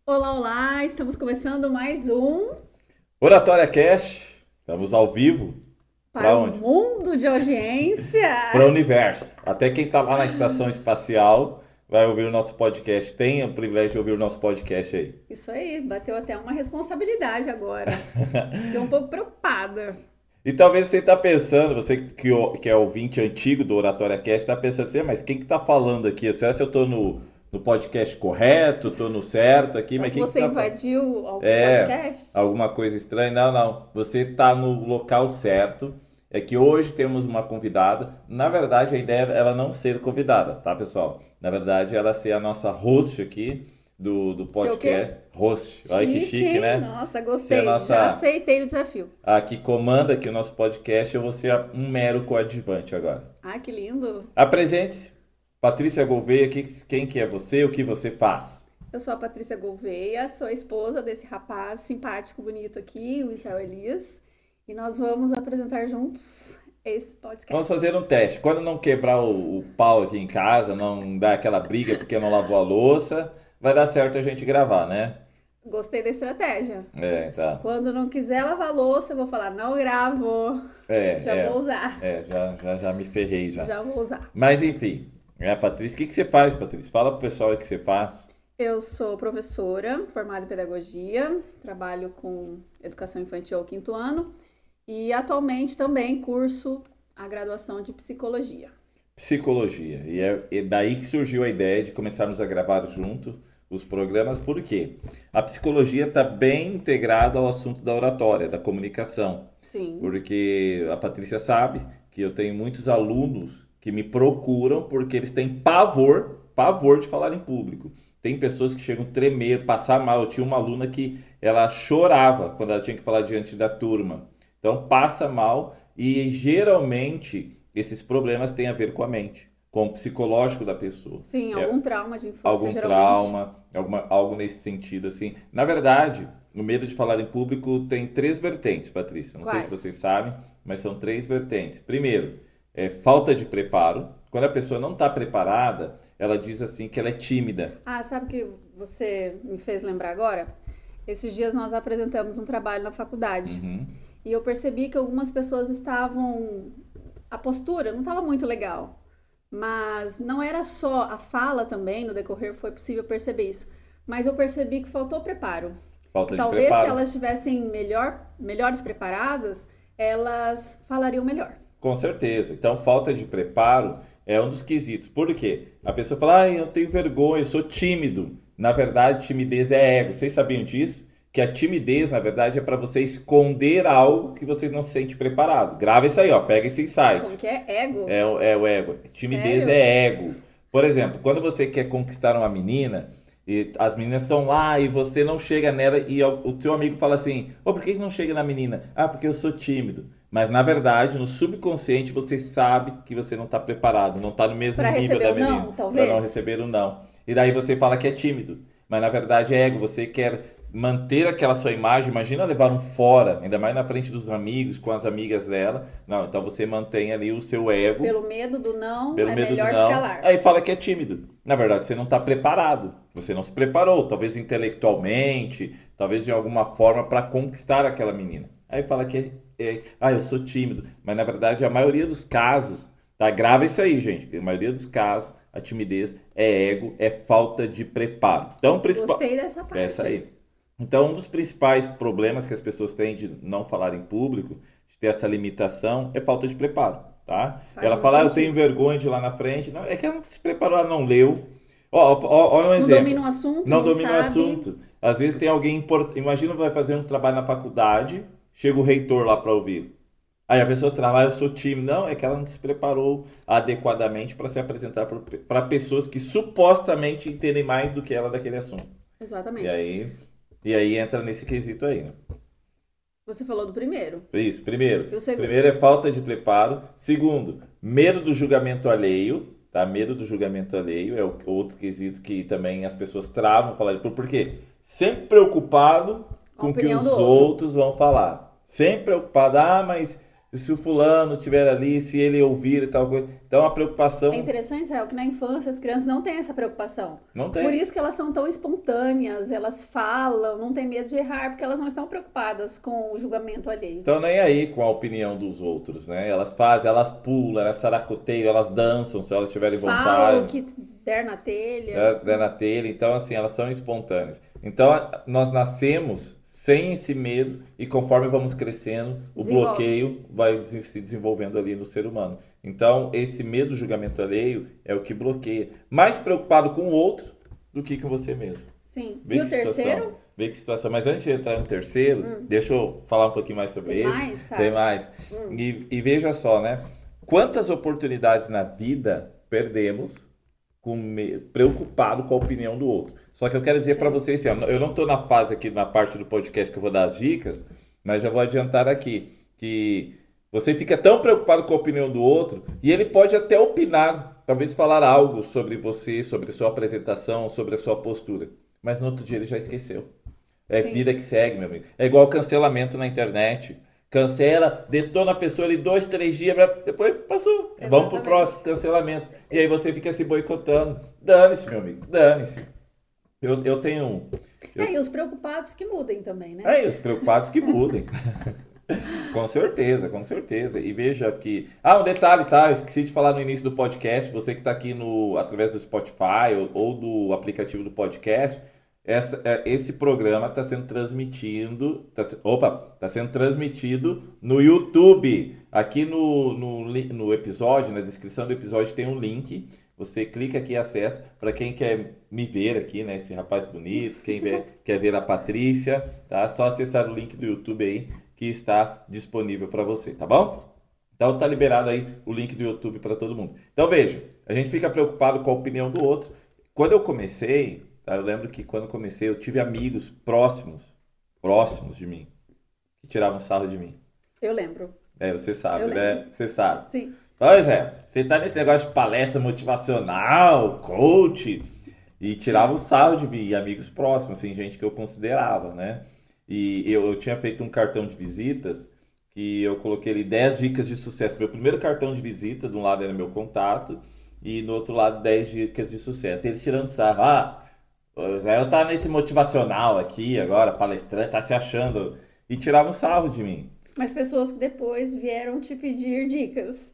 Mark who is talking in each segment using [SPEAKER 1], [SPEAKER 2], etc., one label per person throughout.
[SPEAKER 1] Olá, olá! Estamos começando mais um
[SPEAKER 2] Oratória Cash, estamos ao vivo.
[SPEAKER 1] para
[SPEAKER 2] Para
[SPEAKER 1] o
[SPEAKER 2] onde?
[SPEAKER 1] mundo de audiência.
[SPEAKER 2] Para o universo. Até quem está lá na estação espacial vai ouvir o nosso podcast. Tem o privilégio de ouvir o nosso podcast aí.
[SPEAKER 1] Isso aí, bateu até uma responsabilidade agora. Fiquei um pouco preocupada.
[SPEAKER 2] E talvez você está pensando, você que é ouvinte antigo do Oratória Cast, está pensando assim, mas quem que está falando aqui? Será que eu estou no podcast correto? Estou no certo aqui?
[SPEAKER 1] Será
[SPEAKER 2] Mas
[SPEAKER 1] que
[SPEAKER 2] quem que
[SPEAKER 1] você
[SPEAKER 2] está falando?
[SPEAKER 1] invadiu algum
[SPEAKER 2] É,
[SPEAKER 1] podcast?
[SPEAKER 2] alguma coisa estranha? Não, não. Você está no local certo. É que hoje temos uma convidada. Na verdade, a ideia é ela não ser convidada, tá, pessoal? Na verdade, ela ser a nossa host aqui do
[SPEAKER 1] Sei o quê?
[SPEAKER 2] podcast. Host. Olha que
[SPEAKER 1] Chique,
[SPEAKER 2] chique,
[SPEAKER 1] hein?
[SPEAKER 2] né?
[SPEAKER 1] Nossa,
[SPEAKER 2] Ser a
[SPEAKER 1] gostei. Já
[SPEAKER 2] nossa.
[SPEAKER 1] aceitei o desafio.
[SPEAKER 2] A que comanda aqui o nosso podcast, eu vou ser um mero coadjuvante agora.
[SPEAKER 1] Ah, que lindo.
[SPEAKER 2] Apresente-se. Patrícia Gouveia, quem que é você, o que você faz?
[SPEAKER 1] Eu sou a Patrícia Gouveia, sou a esposa desse rapaz simpático, bonito aqui, o Israel Elias. E nós vamos apresentar juntos esse
[SPEAKER 2] Vamos fazer
[SPEAKER 1] podcast.
[SPEAKER 2] um teste. Quando não quebrar o pau aqui em casa, não dar aquela briga porque não lavou a louça, vai dar certo a gente gravar, né?
[SPEAKER 1] Gostei da estratégia.
[SPEAKER 2] É, tá.
[SPEAKER 1] Quando não quiser lavar louça, eu vou falar, não gravo. Já vou
[SPEAKER 2] É,
[SPEAKER 1] usar.
[SPEAKER 2] já me ferrei já.
[SPEAKER 1] Já vou usar.
[SPEAKER 2] Mas enfim, Patrícia, o que que você faz, Patrícia? Fala pro pessoal o que você faz.
[SPEAKER 1] Eu sou professora, formada em pedagogia, trabalho com educação infantil ao quinto ano e atualmente também curso a graduação de psicologia.
[SPEAKER 2] Psicologia. E daí que surgiu a ideia de começarmos a gravar junto os programas, porque a psicologia está bem integrada ao assunto da oratória, da comunicação.
[SPEAKER 1] Sim,
[SPEAKER 2] Porque a Patrícia sabe que eu tenho muitos alunos que me procuram porque eles têm pavor de falar em público. Tem pessoas que chegam a tremer, passar mal. Eu tinha uma aluna que ela chorava quando ela tinha que falar diante da turma. Então passa mal e geralmente esses problemas têm a ver com a mente, com o psicológico da pessoa.
[SPEAKER 1] sim,
[SPEAKER 2] É,
[SPEAKER 1] algum trauma de infância,
[SPEAKER 2] algum
[SPEAKER 1] geralmente.
[SPEAKER 2] trauma, algo nesse sentido assim. Na verdade, o medo de falar em público tem três vertentes, Patrícia. Não sei se
[SPEAKER 1] Quais?
[SPEAKER 2] vocês sabem, mas são três vertentes. Primeiro, é falta de preparo. Quando a pessoa não está preparada, ela diz assim que ela é tímida.
[SPEAKER 1] Ah, sabe o que você me fez lembrar agora? Esses dias nós apresentamos um trabalho na faculdade
[SPEAKER 2] Uhum.
[SPEAKER 1] e eu percebi que algumas pessoas estavam. A postura não estava muito legal. Mas não era só a fala também, no decorrer foi possível perceber isso. Mas eu percebi que faltou preparo. Que
[SPEAKER 2] Falta de
[SPEAKER 1] talvez se
[SPEAKER 2] preparo.
[SPEAKER 1] elas estivessem melhores preparadas, elas falariam melhor.
[SPEAKER 2] Com certeza. Então, falta de preparo é um dos quesitos. Por quê? A pessoa fala, eu tenho vergonha, eu sou tímido. Na verdade, timidez é ego. Vocês sabiam disso? Que a timidez, na verdade, é para você esconder algo que você não se sente preparado. Grava isso aí, ó. Pega esse
[SPEAKER 1] Como
[SPEAKER 2] insight.
[SPEAKER 1] que é? Ego?
[SPEAKER 2] É o ego. Timidez
[SPEAKER 1] Sério?
[SPEAKER 2] é ego. Por exemplo, quando você quer conquistar uma menina e as meninas estão lá e você não chega nela e o teu amigo fala assim: Ô, por que você não chega na menina? Ah, porque eu sou tímido. Mas na verdade, no subconsciente, você sabe que você não está preparado, não está no mesmo
[SPEAKER 1] Para
[SPEAKER 2] nível
[SPEAKER 1] receber
[SPEAKER 2] da
[SPEAKER 1] o
[SPEAKER 2] menina,
[SPEAKER 1] não,
[SPEAKER 2] para não
[SPEAKER 1] talvez?
[SPEAKER 2] receber o não. E daí você fala que é tímido. Mas na verdade é ego, você quer manter aquela sua imagem. Imagina levar um fora, ainda mais na frente dos amigos, com as amigas dela. Não, então você mantém ali o seu ego
[SPEAKER 1] Pelo medo do não,
[SPEAKER 2] pelo
[SPEAKER 1] é
[SPEAKER 2] medo do
[SPEAKER 1] melhor se
[SPEAKER 2] não,
[SPEAKER 1] calar.
[SPEAKER 2] aí fala que é tímido. Na verdade, você não está preparado. Você não se preparou, talvez intelectualmente, talvez de alguma forma para conquistar aquela menina. Aí fala que eu sou tímido. Mas na verdade, a maioria dos casos, tá? Grava isso aí, gente. A maioria dos casos, a timidez é ego, é falta de preparo. Então, principal.
[SPEAKER 1] Gostei dessa
[SPEAKER 2] É isso
[SPEAKER 1] parte.
[SPEAKER 2] aí. Então, um dos principais problemas que as pessoas têm de não falar em público, de ter essa limitação, é falta de preparo, tá?
[SPEAKER 1] Faz
[SPEAKER 2] Ela
[SPEAKER 1] muito
[SPEAKER 2] fala, eu tenho
[SPEAKER 1] sentido.
[SPEAKER 2] vergonha de ir lá na frente. Não, é que ela não se preparou, ela não leu. Olha um
[SPEAKER 1] Não
[SPEAKER 2] exemplo.
[SPEAKER 1] domina o assunto,
[SPEAKER 2] Não
[SPEAKER 1] não
[SPEAKER 2] domina o
[SPEAKER 1] sabe.
[SPEAKER 2] assunto. Às vezes tem alguém importante. Imagina vai fazer um trabalho na faculdade, chega o reitor lá para ouvir. Aí a pessoa trabalha, eu sou tímido. Não, é que ela não se preparou adequadamente para se apresentar para pessoas que supostamente entendem mais do que ela daquele assunto. E
[SPEAKER 1] Exatamente.
[SPEAKER 2] aí, e aí entra nesse quesito aí, né?
[SPEAKER 1] Você falou do primeiro.
[SPEAKER 2] Isso, primeiro.
[SPEAKER 1] E o segundo?
[SPEAKER 2] Primeiro é falta de preparo. Segundo, medo do julgamento alheio. Tá? Medo do julgamento alheio é o outro quesito que também as pessoas travam falar. Por quê? Sempre preocupado
[SPEAKER 1] A
[SPEAKER 2] com o que
[SPEAKER 1] opinião do
[SPEAKER 2] os
[SPEAKER 1] outro.
[SPEAKER 2] outros vão falar. Sempre preocupado. Ah, mas se o fulano estiver ali, se ele ouvir e tal coisa. Então a preocupação
[SPEAKER 1] É interessante, Israel, que na infância as crianças não têm essa preocupação.
[SPEAKER 2] não
[SPEAKER 1] Por
[SPEAKER 2] tem.
[SPEAKER 1] isso que elas são tão espontâneas, elas falam, não têm medo de errar, porque elas não estão preocupadas com o julgamento alheio.
[SPEAKER 2] Estão nem aí com a opinião dos outros, né? Elas fazem, elas pulam, elas saracoteiam, elas dançam se elas tiverem
[SPEAKER 1] Falam o
[SPEAKER 2] vontade,
[SPEAKER 1] que der na telha.
[SPEAKER 2] né, na telha. Então, assim, elas são espontâneas. Então, nós nascemos sem esse medo e conforme vamos crescendo, o
[SPEAKER 1] Desenvolve.
[SPEAKER 2] bloqueio vai se desenvolvendo ali no ser humano. Então, esse medo do julgamento alheio é o que bloqueia. Mais preocupado com o outro do que com você mesmo.
[SPEAKER 1] Sim.
[SPEAKER 2] Vê
[SPEAKER 1] E
[SPEAKER 2] que
[SPEAKER 1] o
[SPEAKER 2] situação.
[SPEAKER 1] terceiro?
[SPEAKER 2] Vê que situação. Mas antes de entrar no terceiro, deixa eu falar um pouquinho mais sobre
[SPEAKER 1] Tem
[SPEAKER 2] esse.
[SPEAKER 1] mais?
[SPEAKER 2] Tem
[SPEAKER 1] Tá.
[SPEAKER 2] mais. E veja só, né? Quantas oportunidades na vida perdemos preocupado com a opinião do outro. Só que eu quero dizer para
[SPEAKER 1] Sim.
[SPEAKER 2] vocês assim, ó, eu não estou na fase aqui, na parte do podcast que eu vou dar as dicas, mas já vou adiantar aqui que você fica tão preocupado com a opinião do outro e ele pode até opinar, talvez falar algo sobre você, sobre a sua apresentação, sobre a sua postura. Mas no outro dia ele já esqueceu. É
[SPEAKER 1] Sim.
[SPEAKER 2] vida que segue, meu amigo. É igual cancelamento na internet. Cancela, detona a pessoa ali 2, 3 dias, depois passou. Vamos pro próximo
[SPEAKER 1] Exatamente.
[SPEAKER 2] cancelamento. E aí você fica se boicotando. Dane-se, meu amigo, dane-se. Eu tenho um.
[SPEAKER 1] É, e
[SPEAKER 2] Eu,
[SPEAKER 1] os preocupados que mudem também, né?
[SPEAKER 2] aí, os preocupados que mudem. Com certeza, com certeza. E veja que. Ah, um detalhe, tá? Eu esqueci de falar no início do podcast. Você que está aqui no, através do Spotify ou do aplicativo do podcast, esse programa está sendo transmitido. Tá sendo transmitido no YouTube. Aqui no episódio, na descrição do episódio, tem um link. Você clica aqui e acessa. Para quem quer me ver aqui, né? Esse rapaz bonito, quer ver a Patrícia, tá? Só acessar o link do YouTube aí que está disponível para você, tá bom? Então tá liberado aí o link do YouTube para todo mundo. Então veja, a gente fica preocupado com a opinião do outro. Quando eu comecei, tá, eu lembro que quando eu comecei eu tive amigos próximos de mim, que tiravam sarro de mim.
[SPEAKER 1] Eu lembro.
[SPEAKER 2] É, você
[SPEAKER 1] Eu
[SPEAKER 2] sabe,
[SPEAKER 1] lembro.
[SPEAKER 2] né? Você sabe.
[SPEAKER 1] Sim.
[SPEAKER 2] Pois é, você tá nesse negócio de palestra motivacional, coach, e tirava o sarro de mim, e amigos próximos, assim, gente que eu considerava, né? E eu tinha feito um cartão de visitas que eu coloquei ali 10 dicas de sucesso. Meu primeiro cartão de visita, de um lado era meu contato, e do outro lado 10 dicas de sucesso. E eles tirando sarro, o Zé tá nesse motivacional aqui agora, palestrante, tá se achando. E tiravam sarro de mim.
[SPEAKER 1] Mas pessoas que depois vieram te pedir dicas.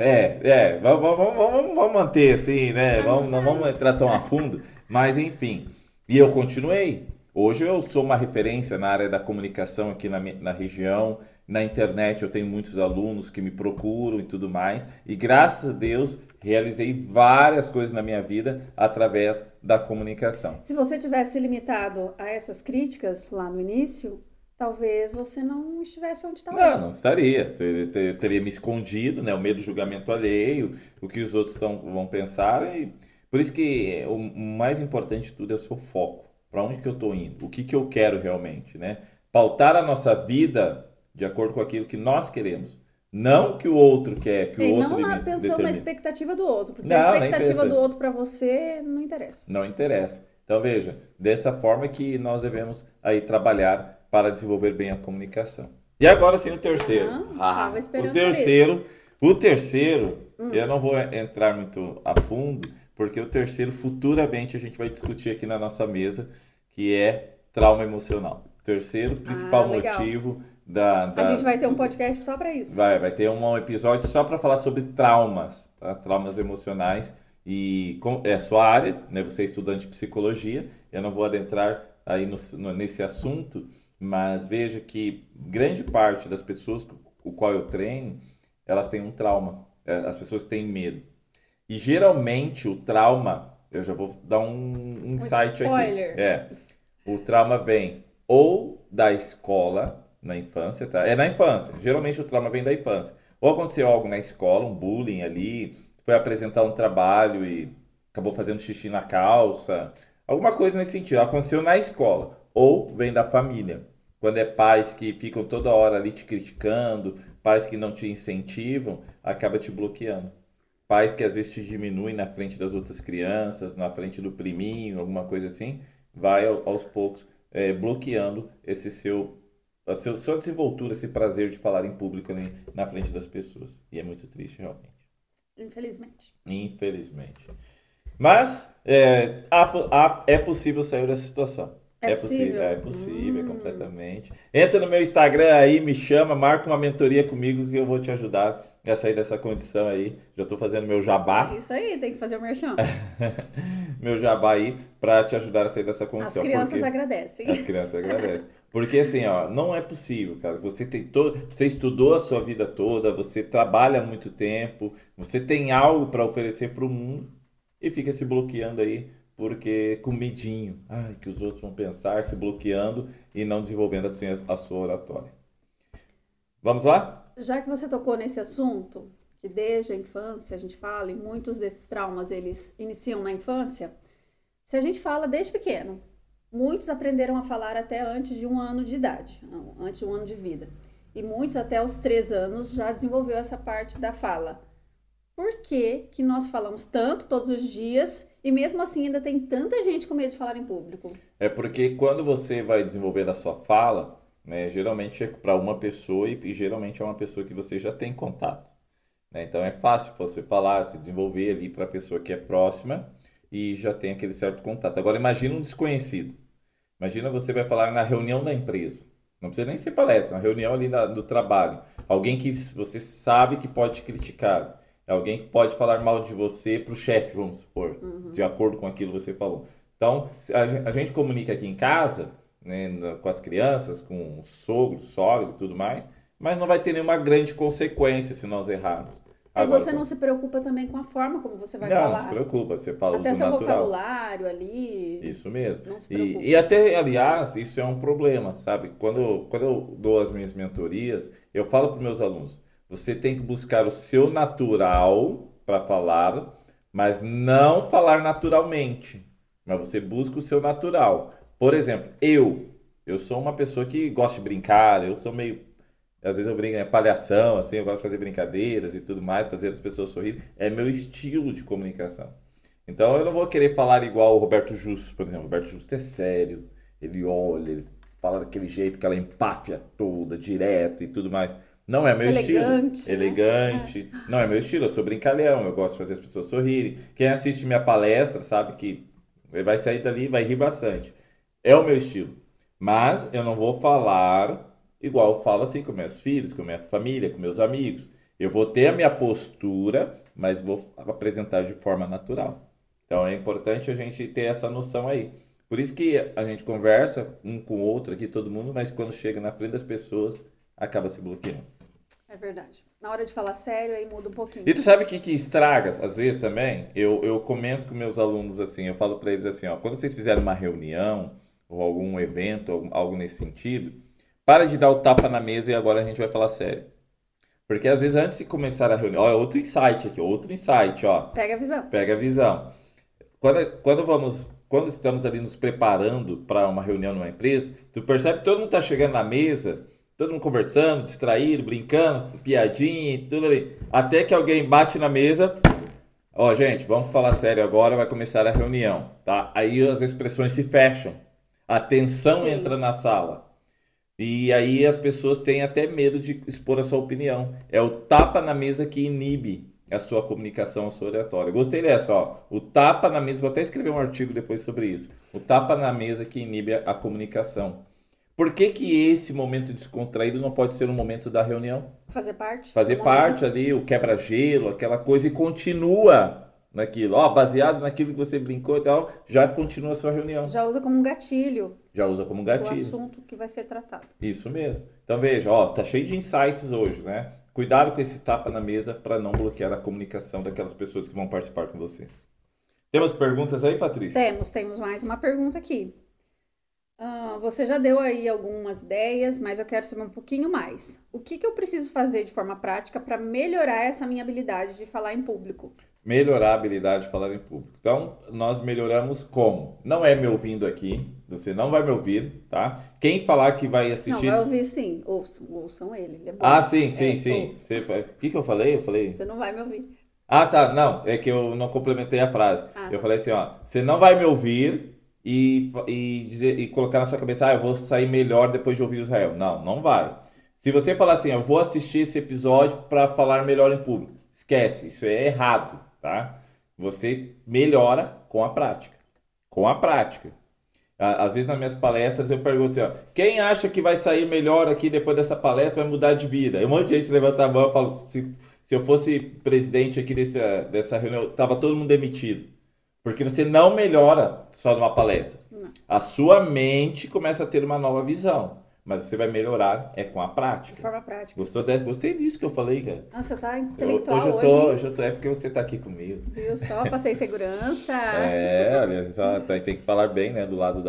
[SPEAKER 2] Vamos manter assim, né? Não vamos
[SPEAKER 1] Amizade.
[SPEAKER 2] entrar tão a fundo, mas enfim. E eu continuei. Hoje eu sou uma referência na área da comunicação aqui na região. Na internet eu tenho muitos alunos que me procuram e tudo mais. E graças a Deus realizei várias coisas na minha vida através da comunicação.
[SPEAKER 1] Se você tivesse limitado a essas críticas lá no início, talvez você não estivesse onde está
[SPEAKER 2] Não,
[SPEAKER 1] hoje.
[SPEAKER 2] não estaria. Eu teria me escondido, né? O medo do julgamento alheio, o que os outros vão pensar. E por isso que o mais importante de tudo é o seu foco. Para onde que eu estou indo? O que que eu quero realmente, né? Pautar a nossa vida de acordo com aquilo que nós queremos. Não que o outro quer, que o
[SPEAKER 1] E
[SPEAKER 2] outro
[SPEAKER 1] não pensando na
[SPEAKER 2] determina.
[SPEAKER 1] expectativa do outro, porque a
[SPEAKER 2] Não, nem
[SPEAKER 1] expectativa do
[SPEAKER 2] pensa.
[SPEAKER 1] outro para você não interessa.
[SPEAKER 2] Não interessa. Então veja, dessa forma que nós devemos aí trabalhar para desenvolver bem a comunicação. E agora sim o terceiro.
[SPEAKER 1] Tava
[SPEAKER 2] O
[SPEAKER 1] esperando por esse.
[SPEAKER 2] terceiro, o terceiro, eu não vou entrar muito a fundo, porque o terceiro futuramente a gente vai discutir aqui na nossa mesa, que é trauma emocional. Terceiro
[SPEAKER 1] Ah,
[SPEAKER 2] principal
[SPEAKER 1] legal.
[SPEAKER 2] motivo
[SPEAKER 1] A gente vai ter um podcast só para isso.
[SPEAKER 2] vai ter um episódio só para falar sobre traumas, tá? Traumas emocionais e é a sua área, né? Você é estudante de psicologia. Eu não vou adentrar aí nesse assunto, mas veja que grande parte das pessoas com o qual eu treino, elas têm um trauma. As pessoas têm medo. E geralmente o trauma, eu já vou dar um
[SPEAKER 1] Um
[SPEAKER 2] insight aqui.
[SPEAKER 1] spoiler.
[SPEAKER 2] O trauma vem ou da escola, na infância, tá? É na infância. Geralmente o trauma vem da infância. Ou aconteceu algo na escola, um bullying ali, foi apresentar um trabalho e acabou fazendo xixi na calça. Alguma coisa nesse sentido. Aconteceu na escola. Ou vem da família. Quando é pais que ficam toda hora ali te criticando, pais que não te incentivam, acaba te bloqueando. Pais que às vezes te diminuem na frente das outras crianças, na frente do priminho, alguma coisa assim, vai aos poucos bloqueando esse seu sua desenvoltura, esse prazer de falar em público ali na frente das pessoas. E é muito triste, realmente.
[SPEAKER 1] Infelizmente.
[SPEAKER 2] Infelizmente. Mas é possível sair dessa situação.
[SPEAKER 1] É
[SPEAKER 2] É
[SPEAKER 1] possível?
[SPEAKER 2] possível, completamente. Entra no meu Instagram aí, me chama, marca uma mentoria comigo que eu vou te ajudar a sair dessa condição aí. Já estou fazendo meu
[SPEAKER 1] É
[SPEAKER 2] jabá,
[SPEAKER 1] isso aí, tem que fazer o merchan.
[SPEAKER 2] meu jabá aí, para te ajudar a sair dessa
[SPEAKER 1] As
[SPEAKER 2] condição.
[SPEAKER 1] crianças
[SPEAKER 2] Porque
[SPEAKER 1] agradecem.
[SPEAKER 2] as crianças agradecem. Porque assim, ó, não é possível, cara. Você estudou a sua vida toda, você trabalha há muito tempo, você tem algo para oferecer para o mundo e fica se bloqueando aí porque com medinho, ai, que os outros vão pensar, se bloqueando e não desenvolvendo assim a sua oratória. Vamos lá?
[SPEAKER 1] Já que você tocou nesse assunto, que desde a infância a gente fala, e muitos desses traumas eles iniciam na infância, se a gente fala desde pequeno, muitos aprenderam a falar até antes de 1 ano de idade, antes de 1 ano de vida. E muitos até os 3 anos já desenvolveu essa parte da fala. Por que que nós falamos tanto todos os dias e mesmo assim ainda tem tanta gente com medo de falar em público?
[SPEAKER 2] É porque quando você vai desenvolver a sua fala, né, geralmente é para uma pessoa e geralmente é uma pessoa que você já tem contato. Né? Então é fácil você falar, se desenvolver ali para a pessoa que é próxima e já tem aquele certo contato. Agora imagina um desconhecido. Imagina você vai falar na reunião da empresa. Não precisa nem ser palestra, na reunião ali do trabalho. Alguém que você sabe que pode te criticar. Alguém que pode falar mal de você para o chefe, vamos supor, de acordo com aquilo que você falou. Então, a gente comunica aqui em casa, né, com as crianças, com o sogro, sogra e tudo mais, mas não vai ter nenhuma grande consequência se nós errarmos.
[SPEAKER 1] E
[SPEAKER 2] Agora,
[SPEAKER 1] você não se preocupa também com a forma como você vai
[SPEAKER 2] não se
[SPEAKER 1] falar.
[SPEAKER 2] preocupa, você fala
[SPEAKER 1] Até
[SPEAKER 2] uso
[SPEAKER 1] seu
[SPEAKER 2] natural.
[SPEAKER 1] vocabulário ali,
[SPEAKER 2] Isso mesmo.
[SPEAKER 1] não se
[SPEAKER 2] E
[SPEAKER 1] preocupa.
[SPEAKER 2] até, aliás, isso é um problema, sabe? Quando eu dou as minhas mentorias, eu falo para os meus alunos: você tem que buscar o seu natural para falar, mas não falar naturalmente. Mas você busca o seu natural. Por exemplo, eu sou uma pessoa que gosta de brincar, eu sou meio. Às vezes eu brinco, é palhação, assim, eu gosto de fazer brincadeiras e tudo mais, fazer as pessoas sorrirem. É meu estilo de comunicação. Então eu não vou querer falar igual o Roberto Justus, por exemplo. O Roberto Justus é sério, ele olha, ele fala daquele jeito, aquela empáfia toda, direta e tudo mais. Não é meu estilo.
[SPEAKER 1] Elegante, né?
[SPEAKER 2] Elegante. Não é meu estilo, eu sou brincalhão, eu gosto de fazer as pessoas sorrirem. Quem assiste minha palestra sabe que vai sair dali e vai rir bastante. É o meu estilo. Mas eu não vou falar igual eu falo assim com meus filhos, com minha família, com meus amigos. Eu vou ter a minha postura, mas vou apresentar de forma natural. Então é importante a gente ter essa noção aí. Por isso que a gente conversa um com o outro aqui, todo mundo, mas quando chega na frente das pessoas, acaba se bloqueando.
[SPEAKER 1] É verdade. Na hora de falar sério, aí muda um pouquinho.
[SPEAKER 2] E tu sabe o que estraga, às vezes também? Eu comento com meus alunos assim, eu falo para eles assim, ó, quando vocês fizerem uma reunião ou algum evento, algo nesse sentido, para de dar o tapa na mesa e agora a gente vai falar sério. Porque às vezes antes de começar a reunião, olha, outro insight, ó,
[SPEAKER 1] Pega a visão.
[SPEAKER 2] pega a visão. Quando estamos ali nos preparando para uma reunião numa empresa, tu percebe que todo mundo está chegando na mesa, todo mundo conversando, distraído, brincando, piadinha e tudo ali. Até que alguém bate na mesa. Ó, gente, vamos falar sério agora, vai começar a reunião, tá? Aí as expressões se fecham, a tensão entra
[SPEAKER 1] Sim.
[SPEAKER 2] na sala. E aí as pessoas têm até medo de expor a sua opinião. É o tapa na mesa que inibe a sua comunicação, a sua oratória. Gostei dessa, ó. O tapa na mesa, vou até escrever um artigo depois sobre isso. O tapa na mesa que inibe a comunicação. Por que que esse momento descontraído não pode ser um momento da reunião?
[SPEAKER 1] Fazer parte do
[SPEAKER 2] Fazer parte
[SPEAKER 1] momento.
[SPEAKER 2] ali, o quebra-gelo, aquela coisa, e continua naquilo. Ó, baseado naquilo que você brincou e tal, já continua a sua reunião.
[SPEAKER 1] Já usa como um gatilho
[SPEAKER 2] Já usa como
[SPEAKER 1] do
[SPEAKER 2] gatilho.
[SPEAKER 1] assunto que vai ser tratado.
[SPEAKER 2] Isso mesmo. Então veja, ó, tá cheio de insights hoje, né? Cuidado com esse tapa na mesa para não bloquear a comunicação daquelas pessoas que vão participar com vocês. Temos perguntas aí, Patrícia?
[SPEAKER 1] Temos mais uma pergunta aqui. Você já deu aí algumas ideias, mas eu quero saber um pouquinho mais. O que que eu preciso fazer de forma prática para melhorar essa minha habilidade de falar em público?
[SPEAKER 2] Melhorar a habilidade de falar em público. Então, nós melhoramos como? Não é me ouvindo aqui, você não vai me ouvir, tá? Quem falar que vai
[SPEAKER 1] Não,
[SPEAKER 2] assistir
[SPEAKER 1] vai
[SPEAKER 2] isso.
[SPEAKER 1] ouvir sim. Ouçam ele é
[SPEAKER 2] Ah,
[SPEAKER 1] bom.
[SPEAKER 2] sim, sim,
[SPEAKER 1] É,
[SPEAKER 2] sim.
[SPEAKER 1] ouçam.
[SPEAKER 2] O que que eu falei? Eu falei.
[SPEAKER 1] Você não vai me ouvir.
[SPEAKER 2] Ah, tá. Não, é que eu não complementei a frase.
[SPEAKER 1] Ah,
[SPEAKER 2] Eu
[SPEAKER 1] tá.
[SPEAKER 2] falei assim, ó, você não vai me ouvir, e colocar na sua cabeça, eu vou sair melhor depois de ouvir o Israel. Não, não vai. Se você falar assim, eu vou assistir esse episódio para falar melhor em público, esquece, isso é errado, tá? Você melhora com a prática. Com a prática. Às vezes nas minhas palestras eu pergunto assim, ó, quem acha que vai sair melhor aqui depois dessa palestra vai mudar de vida? E um monte de gente levanta a mão e fala, se eu fosse presidente aqui dessa reunião, tava todo mundo demitido. Porque você não melhora só numa palestra.
[SPEAKER 1] Não.
[SPEAKER 2] A sua mente começa a ter uma nova visão. Mas você vai melhorar é com a
[SPEAKER 1] De
[SPEAKER 2] prática.
[SPEAKER 1] forma prática.
[SPEAKER 2] Gostei disso que eu falei, cara.
[SPEAKER 1] Nossa, você tá
[SPEAKER 2] Hoje
[SPEAKER 1] intelectual hoje, hein?
[SPEAKER 2] hoje eu tô, é porque você tá aqui comigo.
[SPEAKER 1] Viu só? Passei segurança.
[SPEAKER 2] Olha, só, tem que falar bem, né, do lado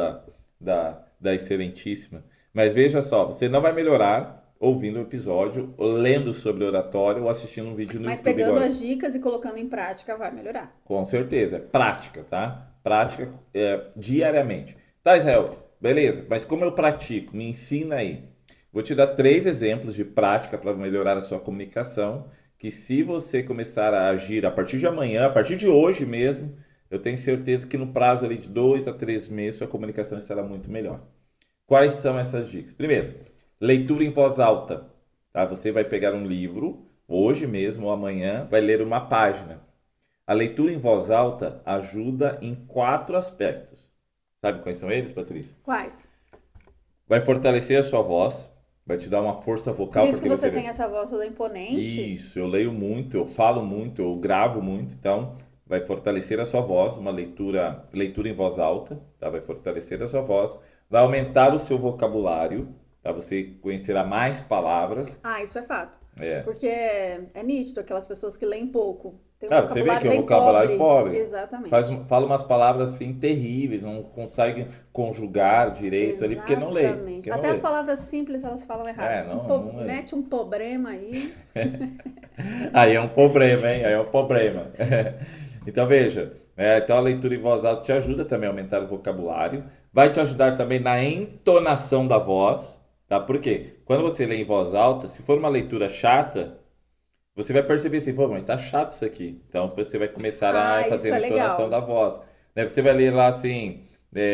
[SPEAKER 2] da excelentíssima. Mas veja só, você não vai melhorar ouvindo o episódio, lendo sobre oratório ou assistindo um vídeo no
[SPEAKER 1] Mas
[SPEAKER 2] YouTube
[SPEAKER 1] pegando
[SPEAKER 2] agora.
[SPEAKER 1] as dicas e colocando em prática vai melhorar.
[SPEAKER 2] Com certeza, prática, tá? Prática diariamente. Tá, Israel, beleza, mas como eu pratico? Me ensina aí. Vou te dar 3 exemplos de prática para melhorar a sua comunicação, que se você começar a agir a partir de amanhã, a partir de hoje mesmo, eu tenho certeza que no prazo ali de 2 a 3 meses, sua comunicação estará muito melhor. Quais são essas dicas? Primeiro, leitura em voz alta. Tá? Você vai pegar um livro, hoje mesmo ou amanhã, vai ler uma página. A leitura em voz alta ajuda em 4 aspectos. Sabe quais são eles, Patrícia?
[SPEAKER 1] Quais?
[SPEAKER 2] Vai fortalecer a sua voz, vai te dar uma força vocal.
[SPEAKER 1] Por isso que
[SPEAKER 2] porque
[SPEAKER 1] você tem essa voz toda imponente.
[SPEAKER 2] Isso, eu leio muito, eu falo muito, eu gravo muito, então vai fortalecer a sua voz, uma leitura em voz alta, tá? Vai fortalecer a sua voz, vai aumentar o seu vocabulário, tá? Você conhecerá mais palavras.
[SPEAKER 1] Ah, isso é fato.
[SPEAKER 2] É.
[SPEAKER 1] Porque é nítido, aquelas pessoas que leem pouco. Tem um
[SPEAKER 2] Você vê que é um
[SPEAKER 1] bem
[SPEAKER 2] vocabulário pobre.
[SPEAKER 1] Exatamente.
[SPEAKER 2] Fala umas palavras assim terríveis, não consegue conjugar direito ali porque não lê.
[SPEAKER 1] Exatamente.
[SPEAKER 2] Porque não
[SPEAKER 1] Até
[SPEAKER 2] lê.
[SPEAKER 1] as palavras simples elas falam errado.
[SPEAKER 2] Não lê.
[SPEAKER 1] Mete um problema aí.
[SPEAKER 2] Aí é um problema, hein? Aí é um problema. Então veja, então a leitura em voz alta te ajuda também a aumentar o vocabulário, vai te ajudar também na entonação da voz, tá? Por quê? Quando você lê em voz alta, se for uma leitura chata, você vai perceber assim, pô, mas tá chato isso aqui. Então você vai começar a fazer
[SPEAKER 1] isso
[SPEAKER 2] a
[SPEAKER 1] é
[SPEAKER 2] entonação
[SPEAKER 1] legal.
[SPEAKER 2] da voz. Né? Você vai ler lá assim,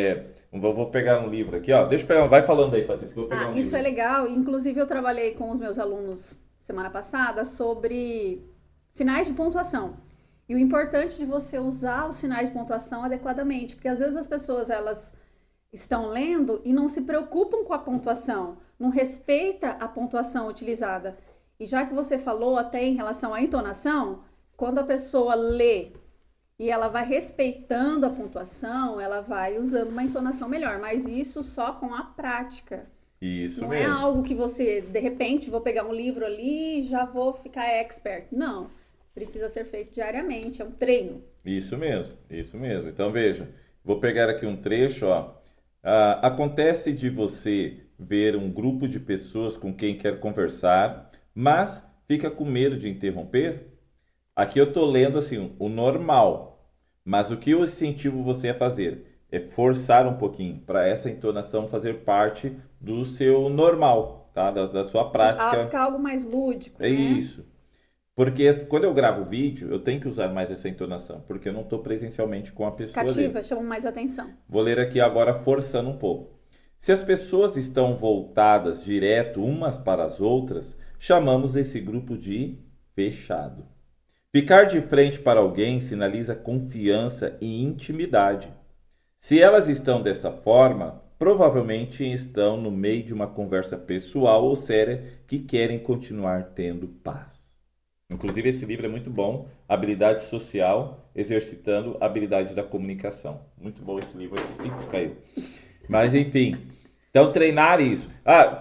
[SPEAKER 2] vou pegar um livro aqui, ó. Deixa eu pegar, vai falando aí, Patrícia, que eu vou pegar um
[SPEAKER 1] Isso é
[SPEAKER 2] livro.
[SPEAKER 1] legal. Inclusive, eu trabalhei com os meus alunos semana passada sobre sinais de pontuação. E o importante de você usar os sinais de pontuação adequadamente, porque às vezes as pessoas elas estão lendo e não se preocupam com a pontuação, não respeita a pontuação utilizada. E já que você falou até em relação à entonação, quando a pessoa lê e ela vai respeitando a pontuação, ela vai usando uma entonação melhor, mas isso só com a prática.
[SPEAKER 2] Isso
[SPEAKER 1] Não
[SPEAKER 2] mesmo.
[SPEAKER 1] é algo que você, de repente, vou pegar um livro ali e já vou ficar expert. Não, precisa ser feito diariamente, é um treino.
[SPEAKER 2] Isso mesmo, isso mesmo. Então veja, vou pegar aqui um trecho, ó. Acontece de você ver um grupo de pessoas com quem quer conversar, mas fica com medo de interromper? Aqui eu estou lendo assim, o normal, mas o que eu incentivo você a fazer é forçar um pouquinho para essa entonação fazer parte do seu normal, tá? Da sua prática.
[SPEAKER 1] Ficar algo mais lúdico,
[SPEAKER 2] É
[SPEAKER 1] né?
[SPEAKER 2] isso. Porque quando eu gravo vídeo, eu tenho que usar mais essa entonação, porque eu não estou presencialmente com a pessoa ali.
[SPEAKER 1] Cativa, chama mais atenção.
[SPEAKER 2] Vou ler aqui agora forçando um pouco. Se as pessoas estão voltadas direto umas para as outras, chamamos esse grupo de fechado. Ficar de frente para alguém sinaliza confiança e intimidade. Se elas estão dessa forma, provavelmente estão no meio de uma conversa pessoal ou séria que querem continuar tendo paz. Inclusive, esse livro é muito bom, Habilidade Social, exercitando a habilidade da comunicação. Muito bom esse livro aqui. Eita, caiu. Mas, enfim. Então, treinar isso.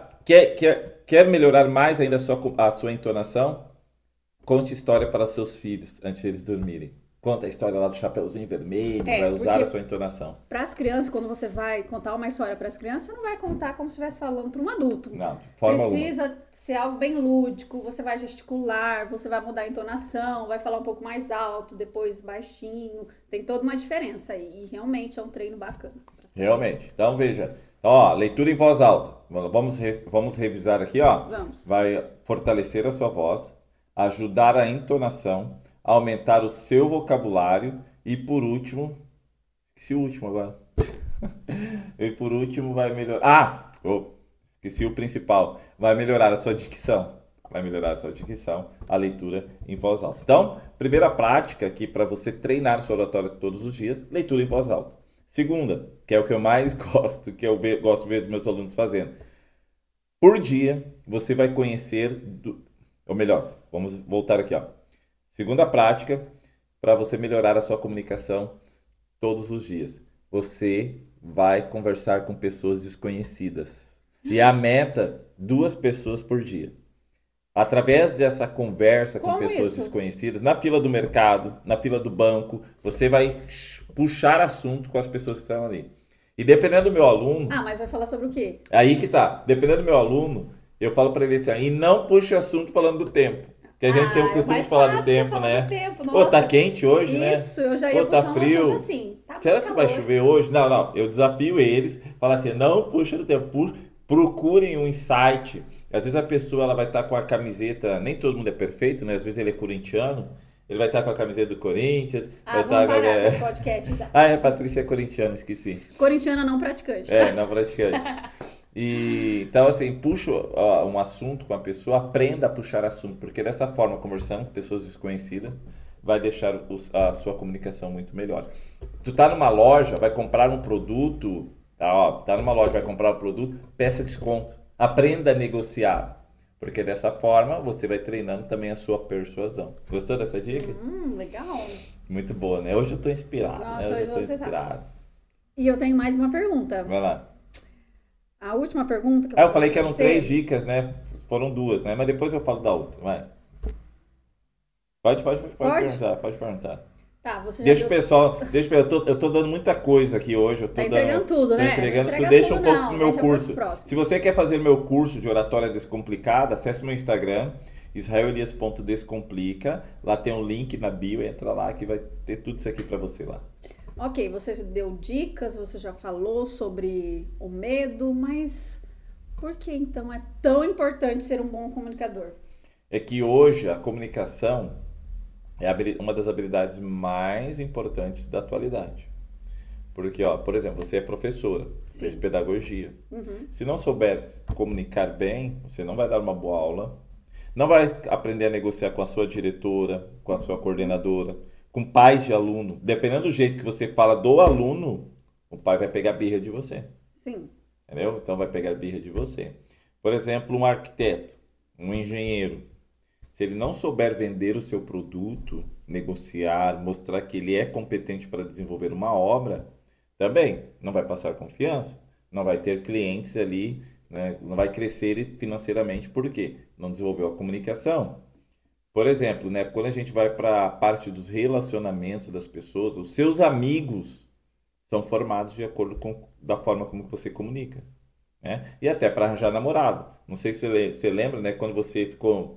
[SPEAKER 2] Quer melhorar mais ainda a sua entonação? Conte história para seus filhos antes de eles dormirem. Conta a história lá do Chapeuzinho Vermelho, vai usar a sua entonação.
[SPEAKER 1] Para as crianças, quando você vai contar uma história para as crianças, você não vai contar como se estivesse falando para um adulto.
[SPEAKER 2] Não, de forma
[SPEAKER 1] Precisa ser algo bem lúdico, você vai gesticular, você vai mudar a entonação, vai falar um pouco mais alto, depois baixinho. Tem toda uma diferença aí. E realmente é um treino bacana.
[SPEAKER 2] Realmente. Então, veja. Ó, leitura em voz alta. Vamos revisar aqui, ó.
[SPEAKER 1] Vamos.
[SPEAKER 2] Vai fortalecer a sua voz, ajudar a entonação, aumentar o seu vocabulário e, por último, esqueci o último agora. E por último, vai melhorar. Esqueci o principal. Vai melhorar a sua dicção. Vai melhorar a sua dicção, a leitura em voz alta. Então, primeira prática aqui para você treinar sua oratória todos os dias, leitura em voz alta. Segunda, que é o que eu mais gosto, que gosto de ver os meus alunos fazendo. Por dia, você vai conhecer, ou melhor, vamos voltar aqui, ó. Segunda prática, para você melhorar a sua comunicação todos os dias. Você vai conversar com pessoas desconhecidas. E a meta, 2 pessoas por dia. Através dessa conversa com
[SPEAKER 1] Como
[SPEAKER 2] pessoas
[SPEAKER 1] isso?
[SPEAKER 2] desconhecidas, na fila do mercado, na fila do banco, você vai puxar assunto com as pessoas que estão ali. E dependendo do meu aluno,
[SPEAKER 1] Ah, mas vai falar sobre o quê?
[SPEAKER 2] aí que tá. Dependendo do meu aluno, eu falo para ele assim, e não puxe assunto falando do tempo. Que a gente tem o
[SPEAKER 1] Ah, é
[SPEAKER 2] costume de
[SPEAKER 1] mais
[SPEAKER 2] falar do
[SPEAKER 1] fácil você
[SPEAKER 2] tempo,
[SPEAKER 1] falar do
[SPEAKER 2] né?
[SPEAKER 1] tempo,
[SPEAKER 2] Pô, tá
[SPEAKER 1] nossa.
[SPEAKER 2] quente hoje, né?
[SPEAKER 1] Isso, eu já ia
[SPEAKER 2] Pô, tá
[SPEAKER 1] puxar um assunto
[SPEAKER 2] frio.
[SPEAKER 1] assim. Tá
[SPEAKER 2] Será
[SPEAKER 1] muito
[SPEAKER 2] que vai
[SPEAKER 1] calor.
[SPEAKER 2] chover hoje? Não, não. Eu desafio eles, falo assim, não puxa do tempo, procurem um insight. Às vezes a pessoa ela vai estar com a camiseta, nem todo mundo é perfeito, né? Às vezes ele é corintiano, ele vai estar com a camiseta do Corinthians, vai
[SPEAKER 1] Ah,
[SPEAKER 2] estar
[SPEAKER 1] vamos
[SPEAKER 2] com
[SPEAKER 1] parar com esse podcast já.
[SPEAKER 2] Ah, é, Patrícia é corintiana, esqueci.
[SPEAKER 1] Corintiana não praticante.
[SPEAKER 2] É, não praticante. E, então, assim, puxa um assunto com a pessoa, aprenda a puxar assunto, porque dessa forma, conversando com pessoas desconhecidas, vai deixar a sua comunicação muito melhor. Tu tá numa loja, vai comprar um produto, tá numa loja, vai comprar um produto, peça desconto. Aprenda a negociar, porque dessa forma você vai treinando também a sua persuasão. Gostou dessa dica?
[SPEAKER 1] Legal.
[SPEAKER 2] Muito boa, né? Hoje eu tô inspirado, né?
[SPEAKER 1] Nossa,
[SPEAKER 2] Hoje
[SPEAKER 1] hoje
[SPEAKER 2] eu tô
[SPEAKER 1] você tá.
[SPEAKER 2] inspirado.
[SPEAKER 1] E eu tenho mais uma pergunta.
[SPEAKER 2] Vai lá.
[SPEAKER 1] A última pergunta que eu
[SPEAKER 2] Ah,
[SPEAKER 1] vou
[SPEAKER 2] eu falei
[SPEAKER 1] fazer
[SPEAKER 2] que
[SPEAKER 1] pra
[SPEAKER 2] eram
[SPEAKER 1] você.
[SPEAKER 2] 3 dicas, né? Foram 2, né? Mas depois eu falo da outra, vai. Pode
[SPEAKER 1] Pode?
[SPEAKER 2] perguntar, pode perguntar.
[SPEAKER 1] Tá, você já
[SPEAKER 2] Deixa o
[SPEAKER 1] deu.
[SPEAKER 2] pessoal, eu tô dando muita coisa aqui hoje,
[SPEAKER 1] Tá entregando tudo,
[SPEAKER 2] tô
[SPEAKER 1] né? Não
[SPEAKER 2] entregando tudo.
[SPEAKER 1] entrega
[SPEAKER 2] Deixa
[SPEAKER 1] tudo,
[SPEAKER 2] um pouco do
[SPEAKER 1] não.
[SPEAKER 2] meu
[SPEAKER 1] Deixa pros
[SPEAKER 2] curso. Se
[SPEAKER 1] próximos.
[SPEAKER 2] você quer fazer meu curso de oratória descomplicada, acesse meu Instagram, israelias.descomplica. Lá tem um link na bio, entra lá que vai ter tudo isso aqui pra você lá.
[SPEAKER 1] Ok, você já deu dicas, você já falou sobre o medo, mas por que então é tão importante ser um bom comunicador?
[SPEAKER 2] É que hoje a comunicação é uma das habilidades mais importantes da atualidade. Porque, ó, por exemplo, você é professora, fez
[SPEAKER 1] Sim.
[SPEAKER 2] pedagogia.
[SPEAKER 1] Uhum.
[SPEAKER 2] Se não souber se comunicar bem, você não vai dar uma boa aula, não vai aprender a negociar com a sua diretora, com a sua coordenadora, com pais de aluno. Dependendo do jeito que você fala do aluno, o pai vai pegar birra de você,
[SPEAKER 1] Sim.
[SPEAKER 2] entendeu? Então vai pegar birra de você. Por exemplo, um arquiteto, um engenheiro, se ele não souber vender o seu produto, negociar, mostrar que ele é competente para desenvolver uma obra, também não vai passar confiança, não vai ter clientes ali, né? Não vai crescer financeiramente, por quê? Não desenvolveu a comunicação. Por exemplo, né, quando a gente vai para a parte dos relacionamentos das pessoas, os seus amigos são formados de acordo com da forma como você comunica, né? E até para arranjar namorado. Não sei se você lembra, né, quando você ficou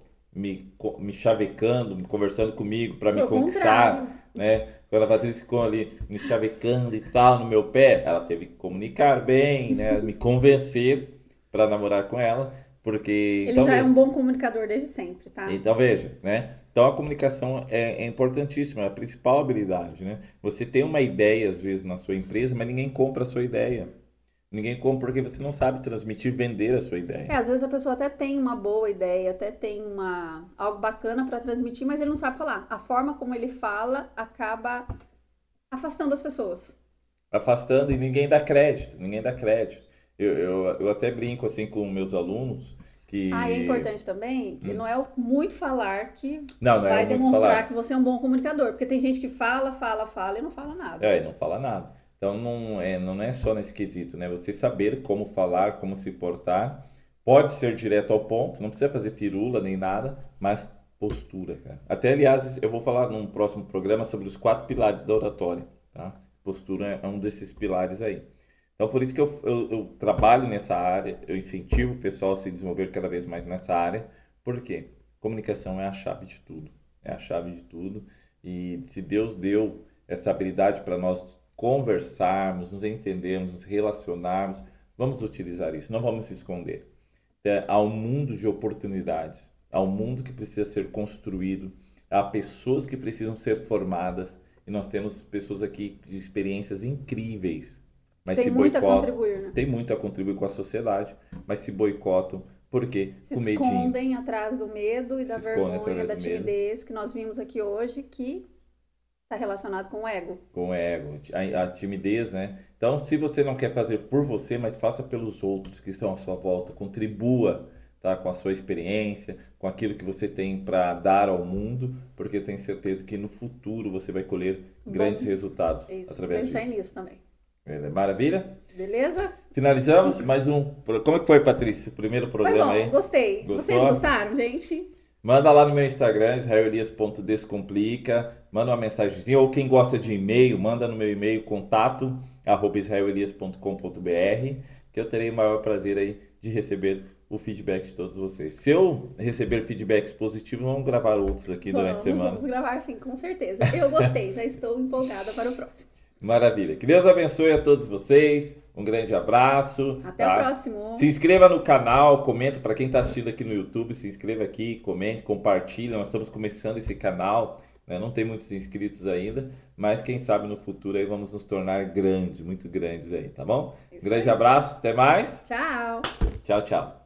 [SPEAKER 2] me chavecando, conversando comigo para me
[SPEAKER 1] Foi o contrário.
[SPEAKER 2] conquistar, né? Quando a Patrícia ficou ali me chavecando e tal no meu pé, ela teve que comunicar bem, né? Me convencer para namorar com ela, porque
[SPEAKER 1] Ele
[SPEAKER 2] então
[SPEAKER 1] já é
[SPEAKER 2] veja,
[SPEAKER 1] um bom comunicador desde sempre, tá?
[SPEAKER 2] então veja, né? Então a comunicação é importantíssima, é a principal habilidade, né? Você tem uma ideia às vezes na sua empresa, mas ninguém compra a sua ideia. Ninguém compra porque você não sabe transmitir, vender a sua ideia.
[SPEAKER 1] Às vezes a pessoa até tem uma boa ideia, até tem algo bacana para transmitir, mas ele não sabe falar. A forma como ele fala acaba afastando as pessoas.
[SPEAKER 2] Afastando e ninguém dá crédito, ninguém dá crédito. Eu até brinco assim com meus alunos
[SPEAKER 1] Ah, e é
[SPEAKER 2] que
[SPEAKER 1] importante também que não é o muito falar que
[SPEAKER 2] não é
[SPEAKER 1] vai
[SPEAKER 2] o muito
[SPEAKER 1] demonstrar que
[SPEAKER 2] falar.
[SPEAKER 1] você é um bom comunicador, porque tem gente que fala, fala, fala e não fala nada.
[SPEAKER 2] Não fala nada. Então não é só nesse quesito, né? Você saber como falar, como se portar, pode ser direto ao ponto, não precisa fazer firula nem nada, mas postura, cara. Até aliás, eu vou falar num próximo programa sobre os 4 pilares da oratória, tá? Postura é um desses pilares aí. Então, por isso que eu trabalho nessa área, eu incentivo o pessoal a se desenvolver cada vez mais nessa área. Por quê? Comunicação é a chave de tudo. É a chave de tudo. E se Deus deu essa habilidade para nós conversarmos, nos entendermos, nos relacionarmos, vamos utilizar isso, não vamos se esconder. Há um mundo de oportunidades, há um mundo que precisa ser construído, há pessoas que precisam ser formadas, e nós temos pessoas aqui de experiências incríveis, mas
[SPEAKER 1] Tem
[SPEAKER 2] se
[SPEAKER 1] muito a
[SPEAKER 2] boicotam,
[SPEAKER 1] contribuir, né?
[SPEAKER 2] tem muito a contribuir com a sociedade, mas se boicotam, por quê?
[SPEAKER 1] Se
[SPEAKER 2] Com medinho.
[SPEAKER 1] escondem atrás do medo e da
[SPEAKER 2] Se escondem
[SPEAKER 1] vergonha,
[SPEAKER 2] através
[SPEAKER 1] da
[SPEAKER 2] do medo.
[SPEAKER 1] timidez que nós vimos aqui hoje, que está relacionado com o ego.
[SPEAKER 2] Com o ego, a timidez, né? Então, se você não quer fazer por você, mas faça pelos outros que estão à sua volta, contribua, tá? Com a sua experiência, com aquilo que você tem para dar ao mundo, porque eu tenho certeza que no futuro você vai colher grandes resultados
[SPEAKER 1] É isso,
[SPEAKER 2] através
[SPEAKER 1] pensei
[SPEAKER 2] disso.
[SPEAKER 1] nisso também.
[SPEAKER 2] Maravilha?
[SPEAKER 1] Beleza?
[SPEAKER 2] Finalizamos mais um. Como é que foi, Patrícia? O primeiro
[SPEAKER 1] Foi
[SPEAKER 2] programa
[SPEAKER 1] bom,
[SPEAKER 2] aí?
[SPEAKER 1] gostei.
[SPEAKER 2] Gostou?
[SPEAKER 1] Vocês gostaram, gente?
[SPEAKER 2] Manda lá no meu Instagram, israelias.descomplica, manda uma mensagenzinha, ou quem gosta de e-mail, manda no meu e-mail contato@israelias.com.br, que eu terei o maior prazer aí de receber o feedback de todos vocês. Se eu receber feedbacks positivos, vamos gravar outros aqui durante a semana.
[SPEAKER 1] Vamos gravar sim, com certeza. Eu gostei, já estou empolgada para o próximo.
[SPEAKER 2] Maravilha. Que Deus abençoe a todos vocês. Um grande abraço.
[SPEAKER 1] Até o próximo.
[SPEAKER 2] Se inscreva no canal, comenta para quem está assistindo aqui no YouTube, se inscreva aqui, comente, compartilha. Nós estamos começando esse canal, né? Não tem muitos inscritos ainda, mas quem sabe no futuro aí vamos nos tornar grandes, muito grandes aí, tá bom?
[SPEAKER 1] Isso
[SPEAKER 2] Grande
[SPEAKER 1] aí.
[SPEAKER 2] abraço, até mais.
[SPEAKER 1] Tchau.
[SPEAKER 2] Tchau, tchau.